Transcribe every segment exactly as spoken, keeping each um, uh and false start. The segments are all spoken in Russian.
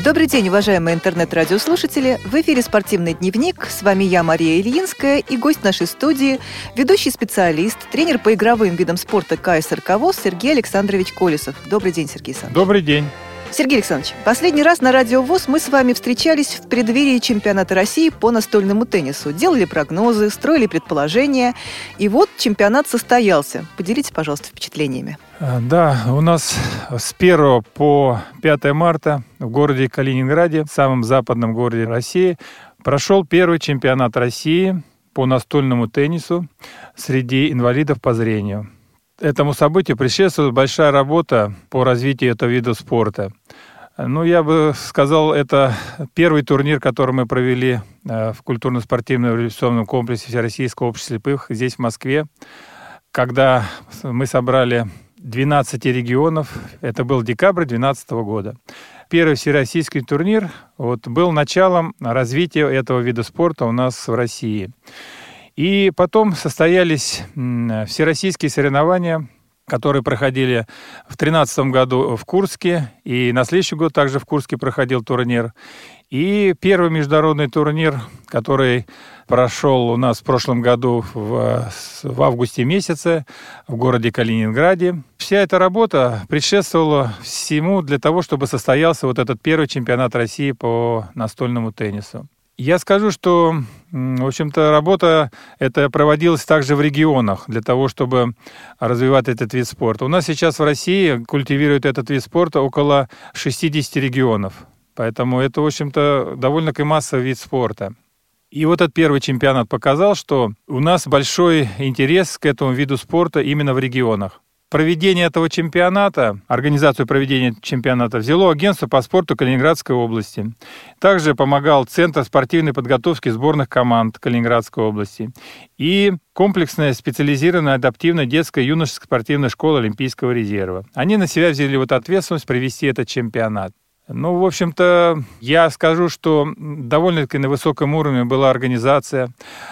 Добрый день, уважаемые интернет-радиослушатели. В эфире «Спортивный дневник». С вами я, Мария Ильинская, и гость нашей студии – ведущий специалист, тренер по игровым видам спорта КСРК ВОС Сергей Александрович Колесов. Добрый день, Сергей Александрович. Добрый день. Сергей Александрович, последний раз на Радио ВОС мы с вами встречались в преддверии чемпионата России по настольному теннису. Делали прогнозы, строили предположения. И вот чемпионат состоялся. Поделитесь, пожалуйста, впечатлениями. Да, у нас с первого по пятое марта в городе Калининграде, самом западном городе России, прошел первый чемпионат России по настольному теннису среди инвалидов по зрению. Этому событию предшествует большая работа по развитию этого вида спорта. Ну, я бы сказал, это первый турнир, который мы провели в культурно-спортивном революционном комплексе Всероссийского общества слепых здесь, в Москве, когда мы собрали двенадцать регионов. Это был декабрь две тысячи двенадцатого года. Первый всероссийский турнир вот, был началом развития этого вида спорта у нас в России. И потом состоялись всероссийские соревнования, которые проходили в две тысячи тринадцатом году в Курске, и на следующий год также в Курске проходил турнир. И первый международный турнир, который прошел у нас в прошлом году в, в августе месяце в городе Калининграде. Вся эта работа предшествовала всему для того, чтобы состоялся вот этот первый чемпионат России по настольному теннису. Я скажу, что, в общем-то, работа эта проводилась также в регионах для того, чтобы развивать этот вид спорта. У нас сейчас в России культивирует этот вид спорта около шестидесяти регионов. Поэтому это, в общем-то, довольно-таки массовый вид спорта. И вот этот первый чемпионат показал, что у нас большой интерес к этому виду спорта именно в регионах. Проведение этого чемпионата, организацию проведения чемпионата взяло агентство по спорту Калининградской области. Также помогал Центр спортивной подготовки сборных команд Калининградской области и комплексная специализированная адаптивная детская и юношеская спортивная школа Олимпийского резерва. Они на себя взяли вот ответственность провести этот чемпионат. Ну, в общем-то, я скажу, что довольно-таки на высоком уровне была организация,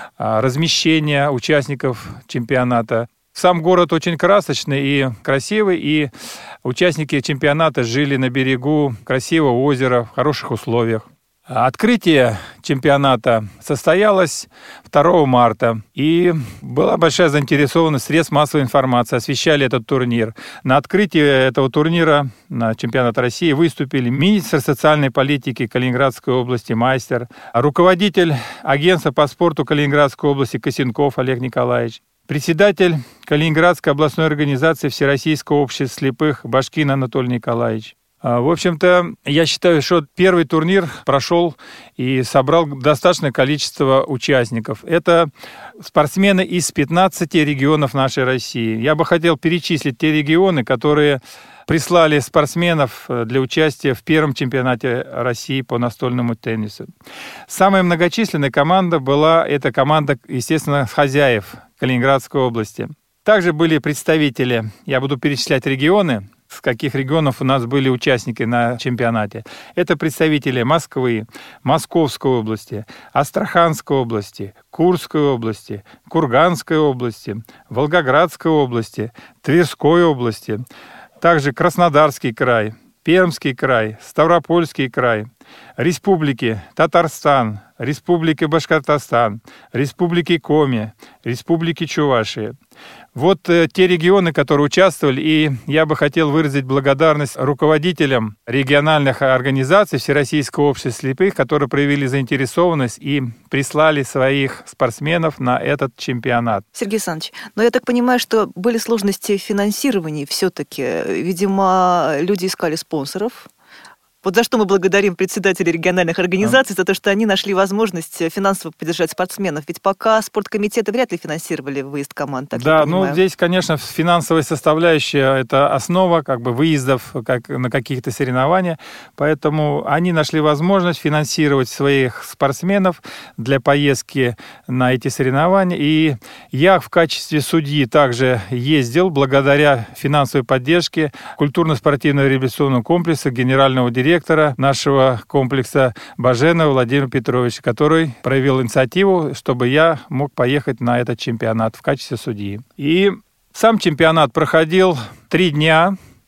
размещение участников чемпионата. Сам город очень красочный и красивый, и участники чемпионата жили на берегу красивого озера в хороших условиях. Открытие чемпионата состоялось второго марта, и была большая заинтересованность средств массовой информации, освещали этот турнир. На открытии этого турнира, на чемпионат России, выступили министр социальной политики Калининградской области Майстер, руководитель агентства по спорту Калининградской области Косенков Олег Николаевич, председатель Калининградской областной организации Всероссийского общества слепых Башкин Анатолий Николаевич. В общем-то, я считаю, что первый турнир прошел и собрал достаточное количество участников. Это спортсмены из пятнадцати регионов нашей России. Я бы хотел перечислить те регионы, которые прислали спортсменов для участия в первом чемпионате России по настольному теннису. Самая многочисленная команда была эта команда, естественно, хозяев Калининградской области. Также были представители, я буду перечислять регионы, с каких регионов у нас были участники на чемпионате. Это представители Москвы, Московской области, Астраханской области, Курской области, Курганской области, Волгоградской области, Тверской области, также Краснодарский край, Пермский край, Ставропольский край, республики Татарстан, Республики Башкортостан, Республики Коми, Республики Чувашия. Вот э, те регионы, которые участвовали, и я бы хотел выразить благодарность руководителям региональных организаций Всероссийского общества слепых, которые проявили заинтересованность и прислали своих спортсменов на этот чемпионат. Сергей Александрович, но я так понимаю, что были сложности в финансировании все-таки. Видимо, люди искали спонсоров. Вот за что мы благодарим председателей региональных организаций, за то, что они нашли возможность финансово поддержать спортсменов. Ведь пока спорткомитеты вряд ли финансировали выезд команд. Так да, ну здесь, конечно, финансовая составляющая – это основа как бы выездов как, на каких-то соревнования. Поэтому они нашли возможность финансировать своих спортсменов для поездки на эти соревнования. И я в качестве судьи также ездил благодаря финансовой поддержке культурно-спортивного реабилитационного комплекса генерального директора директора нашего комплекса Баженова Владимира Петровича, который проявил инициативу, чтобы я мог поехать на этот чемпионат в качестве судьи. И сам чемпионат проходил три дня.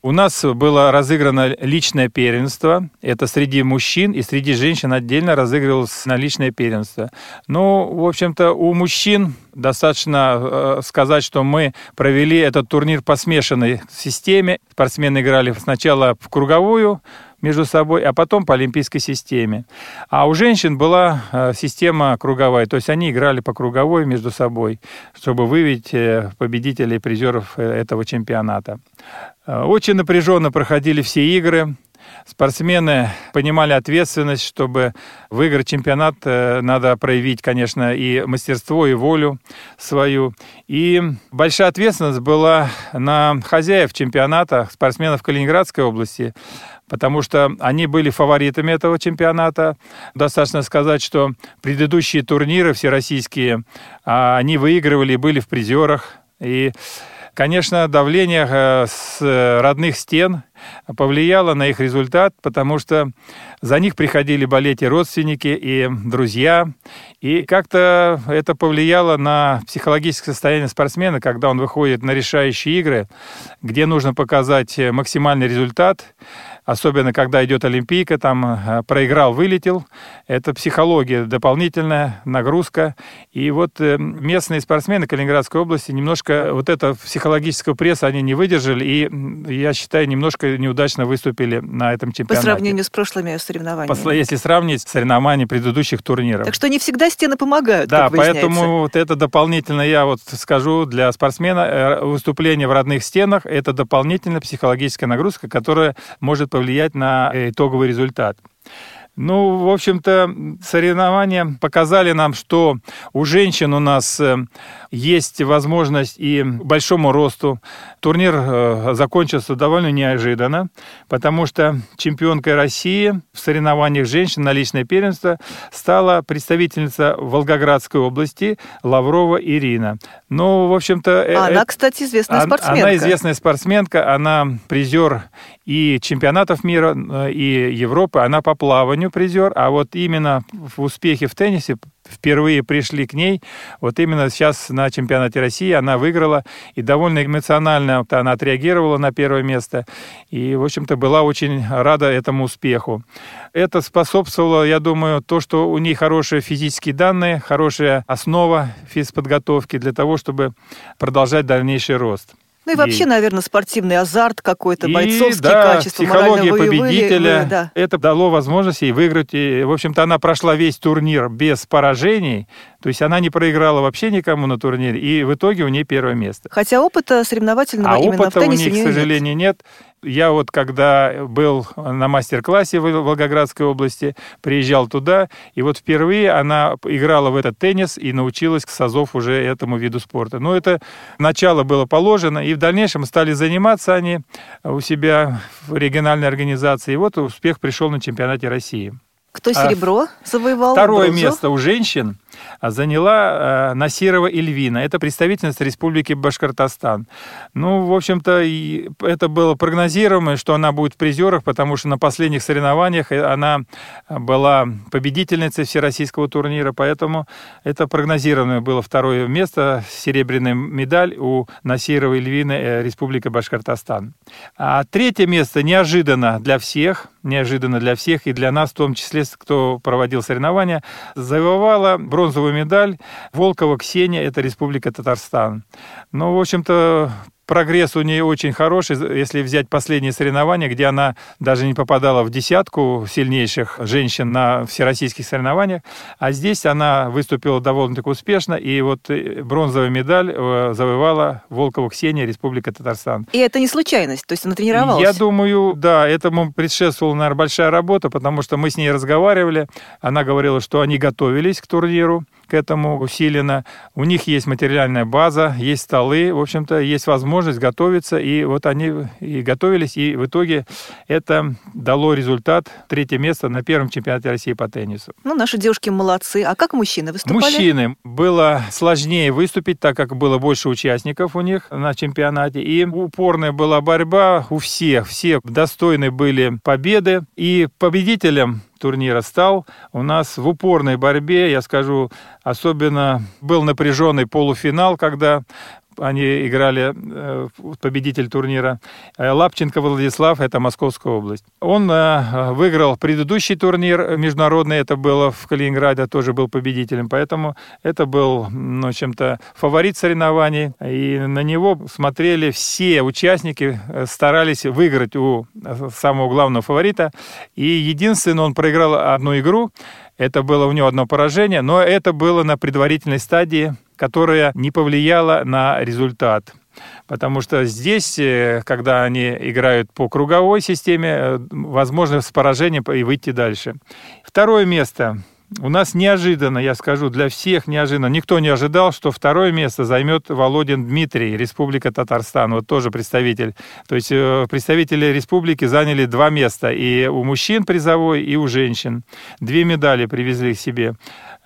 У нас было разыграно личное первенство. Это среди мужчин и среди женщин отдельно разыгрывалось на личное первенство. Ну, в общем-то, у мужчин достаточно э, сказать, что мы провели этот турнир по смешанной системе. Спортсмены играли сначала в круговую между собой, а потом по олимпийской системе. А у женщин была э, система круговая, то есть они играли по круговой между собой, чтобы выявить э, победителей и призеров э, этого чемпионата. Э, очень напряженно проходили все игры. Спортсмены понимали ответственность, чтобы выиграть чемпионат, надо проявить, конечно, и мастерство, и волю свою. И большая ответственность была на хозяев чемпионата, спортсменов Калининградской области, потому что они были фаворитами этого чемпионата. Достаточно сказать, что предыдущие турниры всероссийские, они выигрывали и были в призерах. И, конечно, давление с родных стен повлияло на их результат, потому что за них приходили болеть и родственники, и друзья. И как-то это повлияло на психологическое состояние спортсмена, когда он выходит на решающие игры, где нужно показать максимальный результат, особенно когда идет Олимпийка, там проиграл, вылетел. Это психология, дополнительная нагрузка. И вот местные спортсмены Калининградской области немножко вот этого психологического пресса они не выдержали, и, я считаю, немножко неудачно выступили на этом чемпионате. По сравнению с прошлыми соревнованиями. Если сравнить с соревнованиями предыдущих турниров. Так что не всегда стены помогают, да, как выясняется. Поэтому вот это дополнительно, я вот скажу, для спортсмена выступление в родных стенах – это дополнительная психологическая нагрузка, которая может повлиять на итоговый результат. Ну, в общем-то, соревнования показали нам, что у женщин у нас есть возможность и большому росту. Турнир закончился довольно неожиданно, потому что чемпионкой России в соревнованиях женщин на личное первенство стала представительница Волгоградской области Лаврова Ирина. Ну, в общем-то... А она, кстати, известная спортсменка. Она известная спортсменка, она призер и чемпионатов мира, и Европы, она по плаванию призер, а вот именно в успехе в теннисе впервые пришли к ней. Вот именно сейчас на чемпионате России она выиграла, и довольно эмоционально она отреагировала на первое место, и, в общем-то, была очень рада этому успеху. Это способствовало, я думаю, то, что у нее хорошие физические данные, хорошая основа физподготовки для того, чтобы продолжать дальнейший рост. Ну и вообще, и... наверное, спортивный азарт какой-то, и, бойцовские да, качества, психология победителя. Вы, да. Это дало возможность ей выиграть. И, в общем-то, она прошла весь турнир без поражений. То есть она не проиграла вообще никому на турнире. И в итоге у нее первое место. Хотя опыта соревновательного а именно в теннисе у них, у нее к сожалению, нет. нет. Я вот когда был на мастер-классе в Волгоградской области, приезжал туда, и вот впервые она играла в этот теннис и научилась с азов уже этому виду спорта. Но это начало было положено, и в дальнейшем стали заниматься они у себя в региональной организации. И вот успех пришел на чемпионате России. Кто серебро завоевал? Второе бронзу? место у женщин заняла э, Насирова Эльвина. Это представительница Республики Башкортостан. Ну, в общем-то, и это было прогнозируемо, что она будет в призерах, потому что на последних соревнованиях она была победительницей всероссийского турнира, поэтому это прогнозируемое было второе место, серебряная медаль у Насировой Эльвины, э, Республика Башкортостан. А третье место неожиданно для всех, неожиданно для всех, и для нас в том числе, кто проводил соревнования, завоевала бронзовую медаль Волкова Ксения, это Республика Татарстан. Ну, в общем-то, прогресс у нее очень хороший, если взять последние соревнования, где она даже не попадала в десятку сильнейших женщин на всероссийских соревнованиях, а здесь она выступила довольно-таки успешно, и вот бронзовую медаль завоевала Волкова Ксения, Республика Татарстан. И это не случайность, то есть она тренировалась? Я думаю, да, этому предшествовала, наверное, большая работа, потому что мы с ней разговаривали, она говорила, что они готовились к турниру, к этому усиленно, у них есть материальная база, есть столы, в общем-то, есть возможность готовиться, и вот они и готовились, и в итоге это дало результат, третье место на первом чемпионате России по теннису. Ну, наши девушки молодцы. А как мужчины выступали? Мужчины. Было сложнее выступить, так как было больше участников у них на чемпионате, и упорная была борьба у всех, все достойны были победы, и победителем турнира стал у нас в упорной борьбе, я скажу, особенно был напряженный полуфинал, когда они играли, победитель турнира, Лапченко Владислав, это Московская область. Он выиграл предыдущий турнир международный, это было в Калининграде, тоже был победителем, поэтому это был, ну, чем-то фаворит соревнований, и на него смотрели все участники, старались выиграть у самого главного фаворита, и единственное, он проиграл одну игру, это было у него одно поражение, но это было на предварительной стадии, которая не повлияла на результат. Потому что здесь, когда они играют по круговой системе, возможно с поражением и выйти дальше. Второе место. У нас неожиданно, я скажу, для всех неожиданно. Никто не ожидал, что второе место займет Володин Дмитрий, Республика Татарстан. Вот тоже представитель. То есть представители республики заняли два места. И у мужчин призовой, и у женщин. Две медали привезли к себе.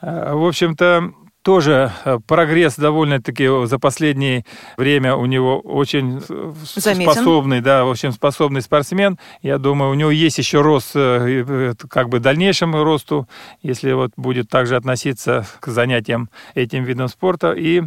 В общем-то, тоже прогресс довольно-таки за последнее время у него очень Заметен. способный, да, очень способный спортсмен. Я думаю, у него есть еще рост, как бы дальнейшему росту, если вот будет также относиться к занятиям этим видом спорта. И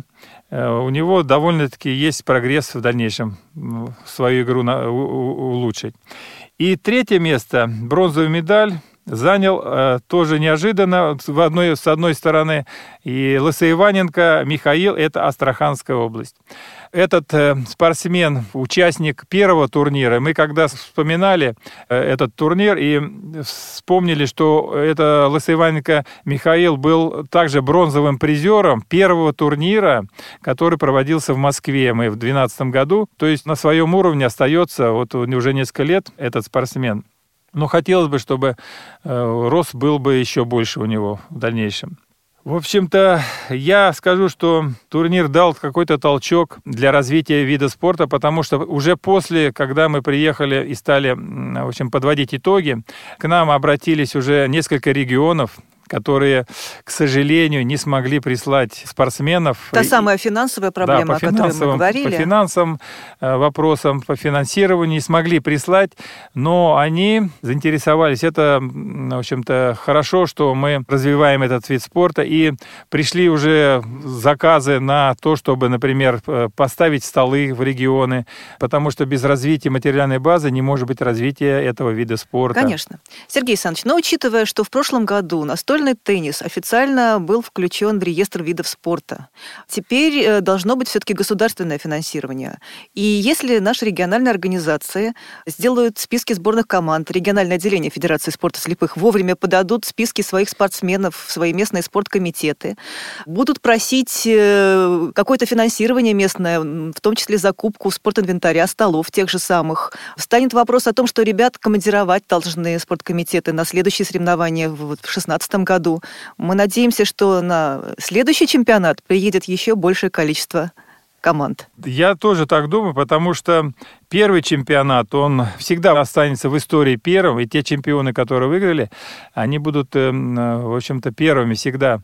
у него довольно-таки есть прогресс в дальнейшем, свою игру улучшить. И третье место, бронзовую медаль, занял э, тоже неожиданно в одной, с одной стороны и Лысоиваненко Михаил, это Астраханская область. Этот э, спортсмен, участник первого турнира, мы когда вспоминали э, этот турнир и вспомнили, что это Лысоиваненко Михаил был также бронзовым призером первого турнира, который проводился в Москве, мы в две тысячи двенадцатом году, то есть на своем уровне остается вот уже несколько лет этот спортсмен. Но хотелось бы, чтобы э, рост был бы еще больше у него в дальнейшем. В общем-то, я скажу, что турнир дал какой-то толчок для развития вида спорта, потому что уже после, когда мы приехали и стали, в общем, подводить итоги, к нам обратились уже несколько регионов, которые, к сожалению, не смогли прислать спортсменов. Та самая финансовая проблема, да, о которой мы говорили. По финансовым вопросам, по финансированию не смогли прислать, но они заинтересовались. Это, в общем-то, хорошо, что мы развиваем этот вид спорта, и пришли уже заказы на то, чтобы, например, поставить столы в регионы, потому что без развития материальной базы не может быть развития этого вида спорта. Конечно. Сергей Александрович, но учитывая, что в прошлом году настольный теннис официально был включен в реестр видов спорта. Теперь должно быть все-таки государственное финансирование. И если наши региональные организации сделают списки сборных команд, региональное отделение Федерации спорта слепых вовремя подадут списки своих спортсменов в свои местные спорткомитеты, будут просить какое-то финансирование местное, в том числе закупку спортинвентаря, столов тех же самых, встанет вопрос о том, что ребят командировать должны спорткомитеты на следующие соревнования в две тысячи шестнадцатом году. Мы надеемся, что на следующий чемпионат приедет еще большее количество команд. Я тоже так думаю, потому что первый чемпионат, он всегда останется в истории первым, и те чемпионы, которые выиграли, они будут, в общем-то, первыми всегда.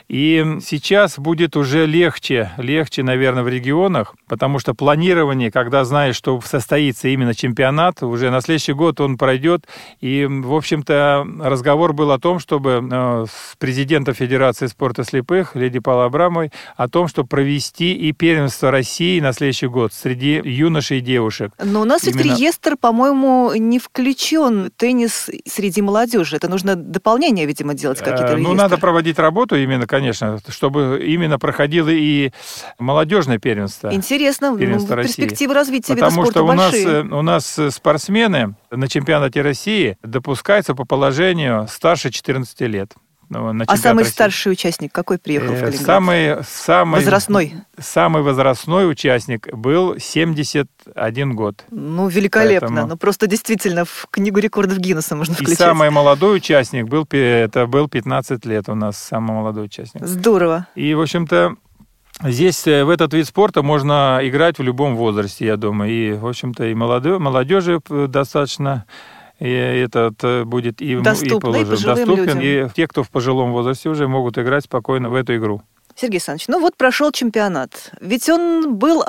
И сейчас будет уже легче, легче, наверное, в регионах, потому что планирование, когда знаешь, что состоится именно чемпионат, уже на следующий год он пройдет, и, в общем-то, разговор был о том, чтобы с президентом Федерации спорта слепых Лидией Павловной Абрамовой о том, чтобы провести и первенство России на следующий год среди юношей и девушек. Но у нас ведь Именно... реестр, по-моему, не включен теннис среди молодежи. Это нужно дополнение, видимо, делать какие-то реестры. Ну, надо проводить работу именно, конечно, чтобы именно проходило и молодежное первенство. Интересно, первенство ну, перспективы развития Потому вида спорта большие. Потому что у нас, у нас спортсмены на чемпионате России допускаются по положению старше четырнадцати лет. А самый России. Старший участник какой приехал в Калининград? Самый, самый, возрастной? Самый возрастной участник был семьдесят один год. Ну, великолепно. Поэтому... Ну, просто действительно в книгу рекордов Гиннесса можно включить. И самый молодой участник был, это был пятнадцать лет у нас, самый молодой участник. Здорово. И, в общем-то, здесь в этот вид спорта можно играть в любом возрасте, я думаю. И, в общем-то, и молодежи, молодежи достаточно... И этот будет и, доступно, и, и пожилым доступен, людям. И те, кто в пожилом возрасте, уже могут играть спокойно в эту игру. Сергей Александрович, ну вот прошел чемпионат. Ведь он был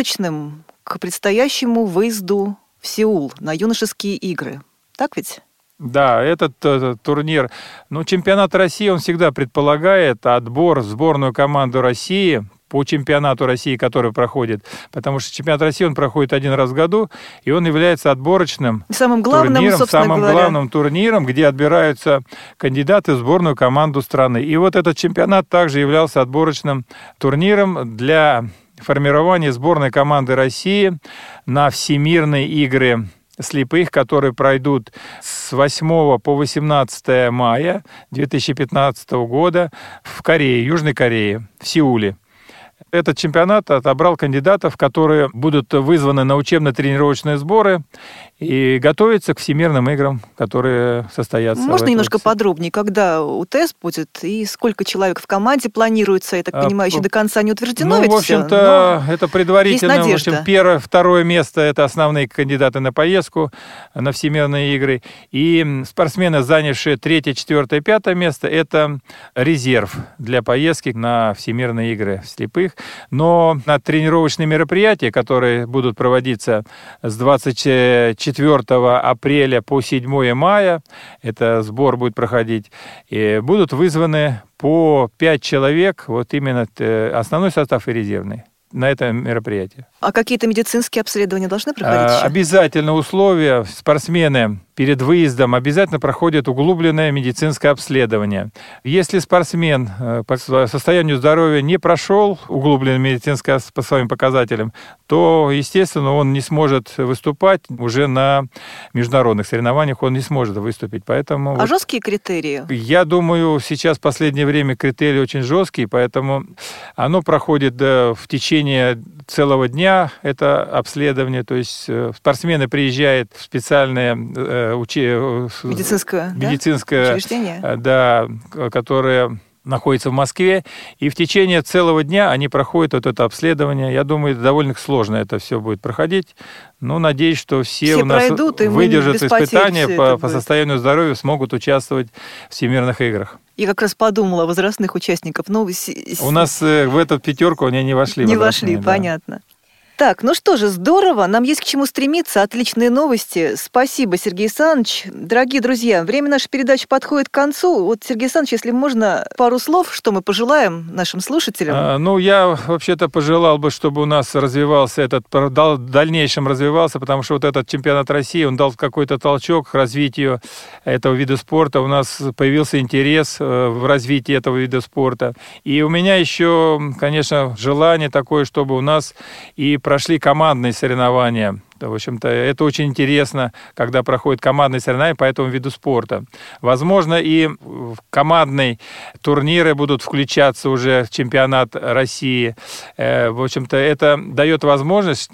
отборочным к предстоящему выезду в Сеул на юношеские игры. Так ведь? Да, этот, этот турнир, ну, чемпионат России, он всегда предполагает отбор в сборную команду России по чемпионату России, который проходит, потому что чемпионат России, он проходит один раз в году, и он является отборочным самым главным, турниром, самым говоря. главным турниром, где отбираются кандидаты в сборную команду страны. И вот этот чемпионат также являлся отборочным турниром для формирования сборной команды России на всемирные игры слепых, которые пройдут с восьмого по восемнадцатое мая две тысячи пятнадцатого года в Корее, Южной Корее, в Сеуле. Этот чемпионат отобрал кандидатов, которые будут вызваны на учебно-тренировочные сборы и готовятся к всемирным играм, которые состоятся. Можно немножко подробнее, когда УТЭС будет и сколько человек в команде планируется? Я так понимаю, а, еще до конца не утверждено. Ну, ведь в общем-то, все, это предварительно. В общем, первое, второе место – это основные кандидаты на поездку на всемирные игры. И спортсмены, занявшие третье, четвертое, пятое место – это резерв для поездки на всемирные игры слепых. Но на тренировочные мероприятия, которые будут проводиться с двадцать четвёртого апреля по седьмое мая, это сбор будет проходить, и будут вызваны по пять человек, вот именно основной состав и резервный, на это мероприятие. А какие-то медицинские обследования должны проходить? А, еще? Обязательно условия. Спортсмены перед выездом обязательно проходят углубленное медицинское обследование. Если спортсмен по состоянию здоровья не прошел углубленное медицинское по своим показателям, то, естественно, он не сможет выступать уже на международных соревнованиях, он не сможет выступить. Поэтому а вот, жесткие критерии? Я думаю, сейчас в последнее время критерии очень жесткие, поэтому оно проходит в течение целого дня, это обследование. То есть спортсмены приезжают в специальное уче... медицинское, медицинское да? учреждение, да, которое находится в Москве, и в течение целого дня они проходят вот это обследование. Я думаю, довольно сложно это все будет проходить. Ну, надеюсь, что все, все у нас пройдут, выдержат испытания по, по состоянию здоровья, смогут участвовать в всемирных играх. Я как раз подумала о возрастных участников. Ну, у нас в эту пятерку они не вошли. Не вошли, да. Понятно. Так, ну что же, здорово, нам есть к чему стремиться, отличные новости. Спасибо, Сергей Саныч. Дорогие друзья, время нашей передачи подходит к концу. Вот, Сергей Саныч, если можно, пару слов, что мы пожелаем нашим слушателям? А, ну, я вообще-то пожелал бы, чтобы у нас развивался этот, в дальнейшем развивался, потому что вот этот чемпионат России, он дал какой-то толчок к развитию этого вида спорта. У нас появился интерес в развитии этого вида спорта. И у меня еще, конечно, желание такое, чтобы у нас и прошли командные соревнования. В общем-то, это очень интересно, когда проходят командные соревнования по этому виду спорта. Возможно, и в командные турниры будут включаться уже в чемпионат России. В общем-то, это дает возможность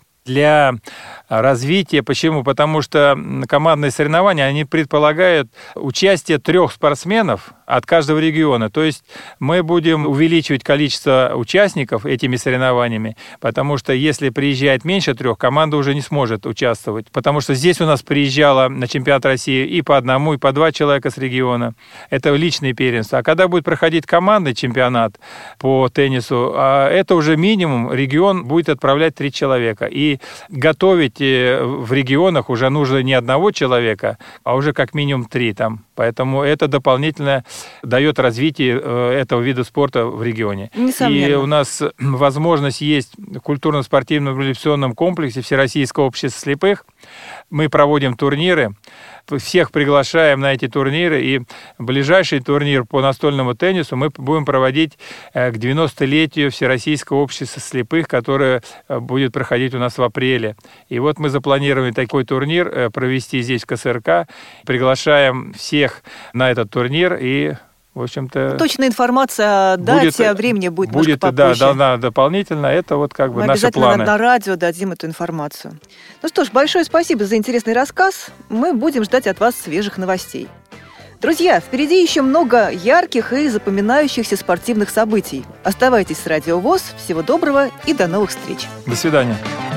для развития. Почему? Потому что командные соревнования, они предполагают участие трех спортсменов от каждого региона. То есть мы будем увеличивать количество участников этими соревнованиями, потому что если приезжает меньше трех, команда уже не сможет участвовать. Потому что здесь у нас приезжало на чемпионат России и по одному, и по два человека с региона. Это личные первенства. А когда будет проходить командный чемпионат по теннису, это уже минимум, регион будет отправлять три человека. И готовить в регионах уже нужно не одного человека, а уже как минимум три там. Поэтому это дополнительно дает развитие этого вида спорта в регионе. Несомненно. И у нас возможность есть в культурно-спортивном революционном комплексе Всероссийского общества слепых. Мы проводим турниры, всех приглашаем на эти турниры, и ближайший турнир по настольному теннису мы будем проводить к девяностолетию Всероссийского общества слепых, которое будет проходить у нас в апреле. И вот мы запланировали такой турнир провести здесь, в ка эс эр ка. Приглашаем всех на этот турнир, и в общем-то... Точная информация о дате, будет, о времени будет, будет немножко попозже. Да, да, дополнительно. Это вот как бы Мы наши планы. обязательно на радио дадим эту информацию. Ну что ж, большое спасибо за интересный рассказ. Мы будем ждать от вас свежих новостей. Друзья, впереди еще много ярких и запоминающихся спортивных событий. Оставайтесь с Радио ВОС. Всего доброго и до новых встреч. До свидания.